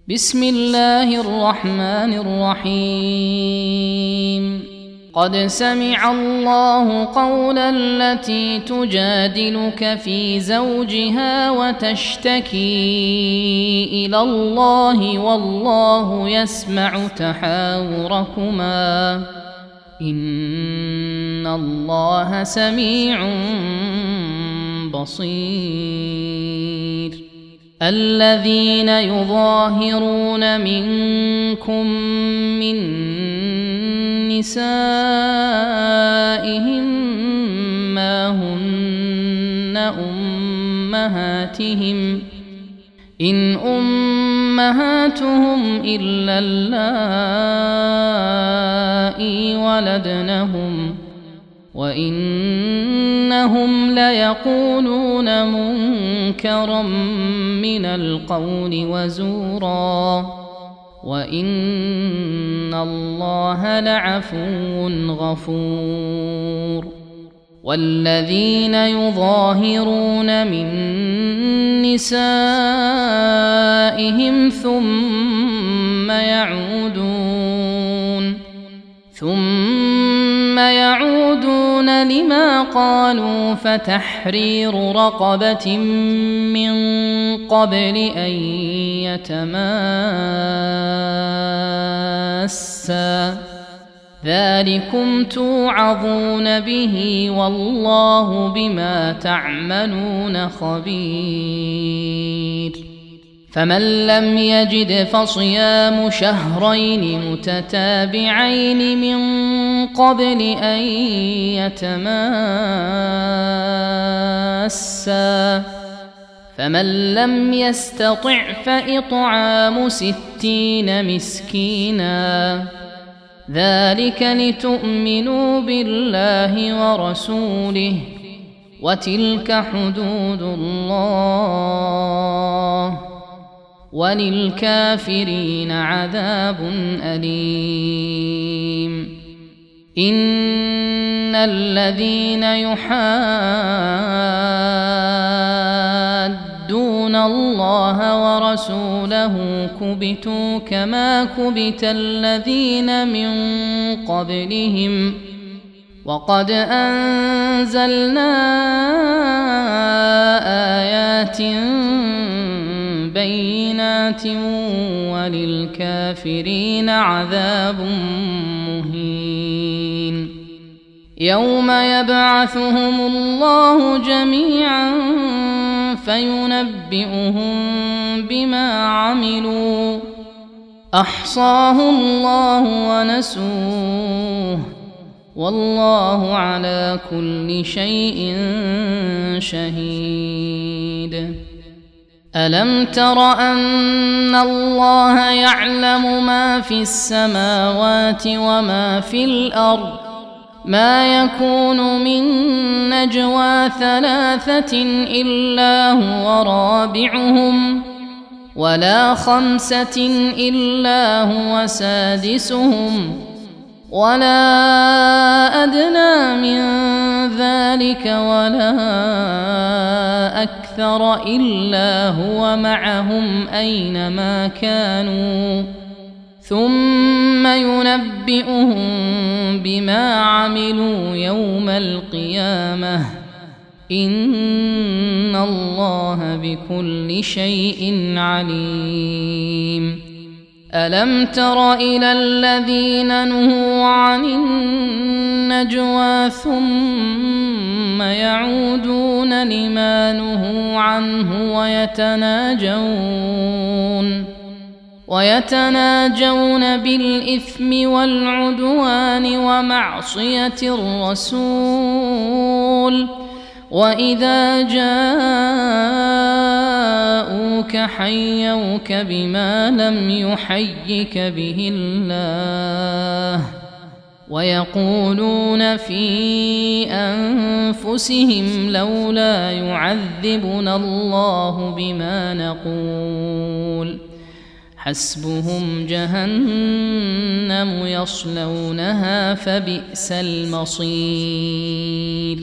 بسم الله الرحمن الرحيم. قد سمع الله قول التي تجادلك في زوجها وتشتكي إلى الله والله يسمع تحاوركما إن الله سميع بصير. الذين يظاهرون منكم من نسائهم ما هن أمهاتهم إن أمهاتهم إلا اللائي ولدنهم وإنهم ليقولون منكرا من القول وزورا وإن الله لعفو غفور. والذين يظاهرون من نسائهم ثم يعودون لما قالوا فتحرير رقبة من قبل أن يتماسا ذلكم توعظون به والله بما تعملون خبير. فمن لم يجد فصيام شهرين متتابعين من قبل أن يتماسا فمن لم يستطع فإطعام 60 مسكينا ذلك لتؤمنوا بالله ورسوله وتلك حدود الله وللكافرين عذاب أليم. إن الذين يحادون الله ورسوله كبتوا كما كبت الذين من قبلهم وقد أنزلنا آيات بينات وللكافرين عذاب مهين. يوم يبعثهم الله جميعا فينبئهم بما عملوا أحصاه الله ونسوه والله على كل شيء شهيد. ألم تر أن الله يعلم ما في السماوات وما في الأرض ما يكون من نجوى 3 إلا هو رابعهم ولا 5 إلا هو سادسهم ولا أدنى من ذلك ولا أكثر إلا هو معهم أينما كانوا ثم ينبئهم بما عملوا يوم القيامة إن الله بكل شيء عليم. ألم تر إلى الذين نهوا عن النجوى ثم يعودون لما نهوا عنه ويتناجون بالإثم والعدوان ومعصية الرسول وإذا جاءوك حيوك بما لم يحيك به الله ويقولون في أنفسهم لولا يعذبنا الله بما نقول حسبهم جهنم يصلونها فبئس المصير.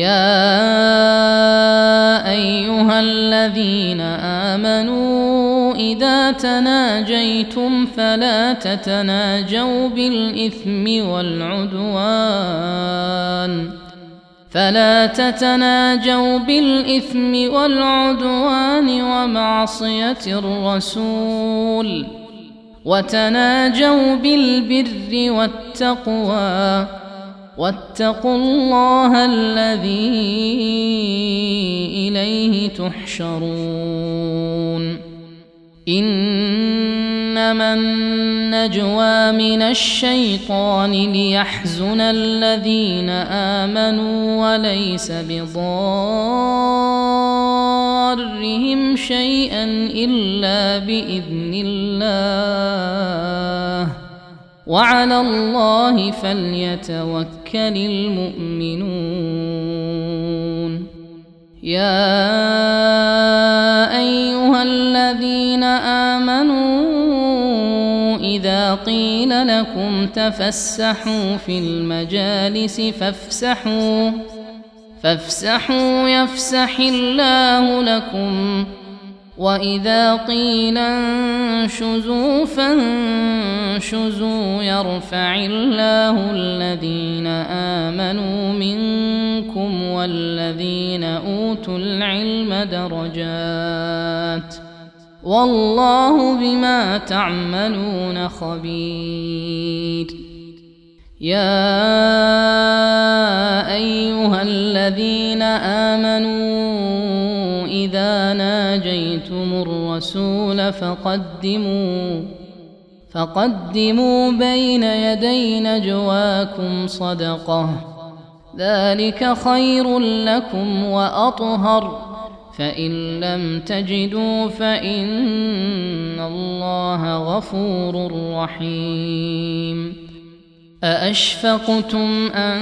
يا أيها الذين آمنوا إذا تناجيتم فلا تتناجوا بالإثم والعدوان ومعصية الرسول، وتناجوا بالبر والتقوى، واتقوا الله الذي إليه تحشرون. إنما النجوى من الشيطان ليحزن الذين آمنوا وليس بضارهم شيئا إلا بإذن الله، وعلى الله فليتوكل المؤمنون. يا أيها الذين آمنوا إذا قيل لكم تفسحوا في المجالس فافسحوا يفسح الله لكم، وإذا قيل انشزوا فانشزوا يرفع الله الذين آمنوا منكم والذين أوتوا العلم درجات، والله بما تعملون خبير. يا أيها الذين آمنوا إذا ناجيتم الرسول فقدموا بين يدي نجواكم صدقة، ذلك خير لكم وأطهر، فإن لم تجدوا فإن الله غفور رحيم. أأشفقتم أن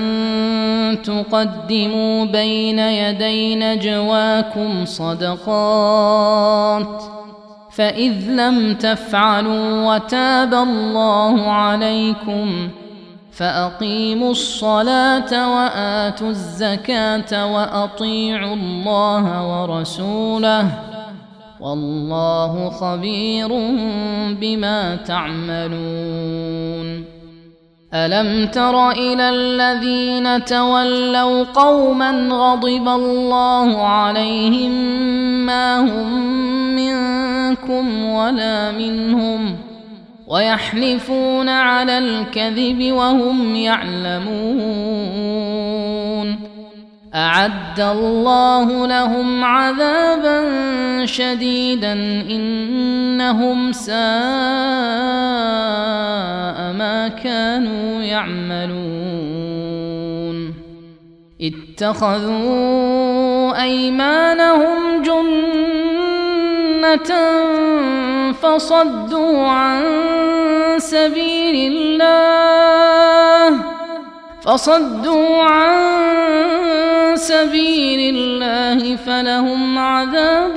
تقدموا بين يدي نجواكم صدقات، فإذ لم تفعلوا وتاب الله عليكم فأقيموا الصلاة وآتوا الزكاة وأطيعوا الله ورسوله، والله خبير بما تعملون. ألم تر إلى الذين تولوا قوما غضب الله عليهم ما هم منكم ولا منهم ويحلفون على الكذب وهم يعلمون، أعد الله لهم عذابا شديدا إنهم ساء ما كانوا يعملون. اتخذوا أيمانهم جنة فصدوا عن سبيل الله فلهم عذاب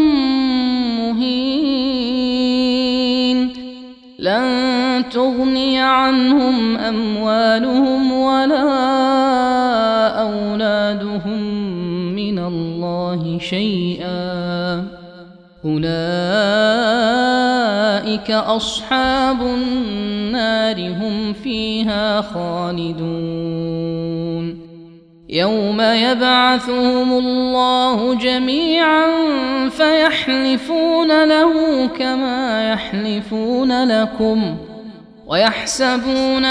مهين. لن تغني عنهم أموالهم ولا أولادهم من الله شيئا، أولئك أصحاب النار هم فيها خالدون. يوم يبعثهم الله جميعا فيحلفون له كما يحلفون لكم ويحسبون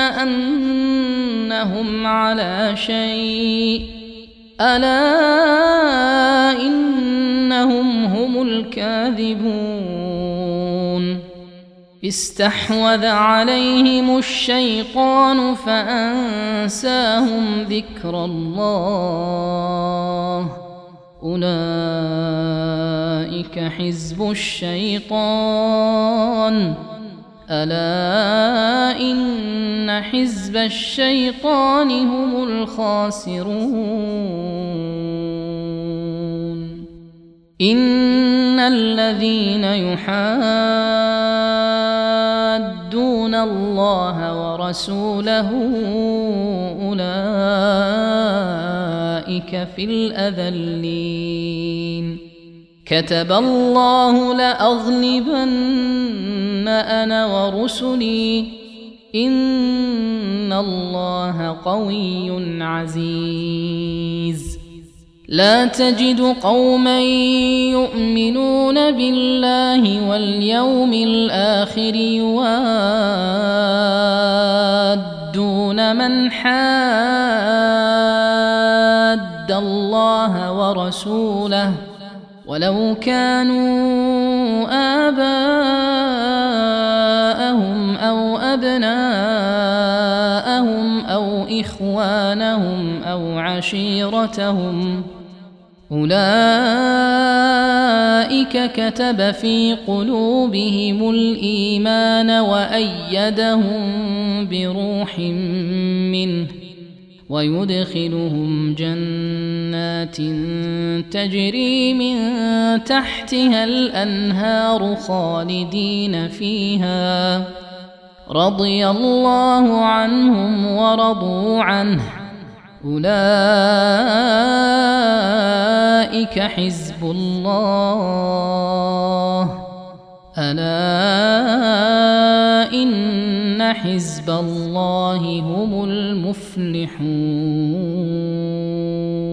أنهم على شيء، ألا إنهم هم الكاذبون. استحوذ عليهم الشيطان فأنساهم ذكر الله، أولئك حزب الشيطان، ألا إن حزب الشيطان هم الخاسرون. إن الذين يحادون الله ورسوله أولئك في الأذلين، كتب الله لأغلبن أنا ورسلي إن الله قوي عزيز لا تجد قوما يؤمنون بالله واليوم الآخر يوادون من حاد الله ورسوله ولو كانوا آباءهم أو أبناءهم أو إخوانهم أو عشيرتهم أولئك كتب في قلوبهم الإيمان وأيدهم بروح منه ويدخلهم جنات تجري من تحتها الأنهار خالدين فيها رضي الله عنهم ورضوا عنه أولئك حزب الله ألا إن حزب الله هم المفلحون.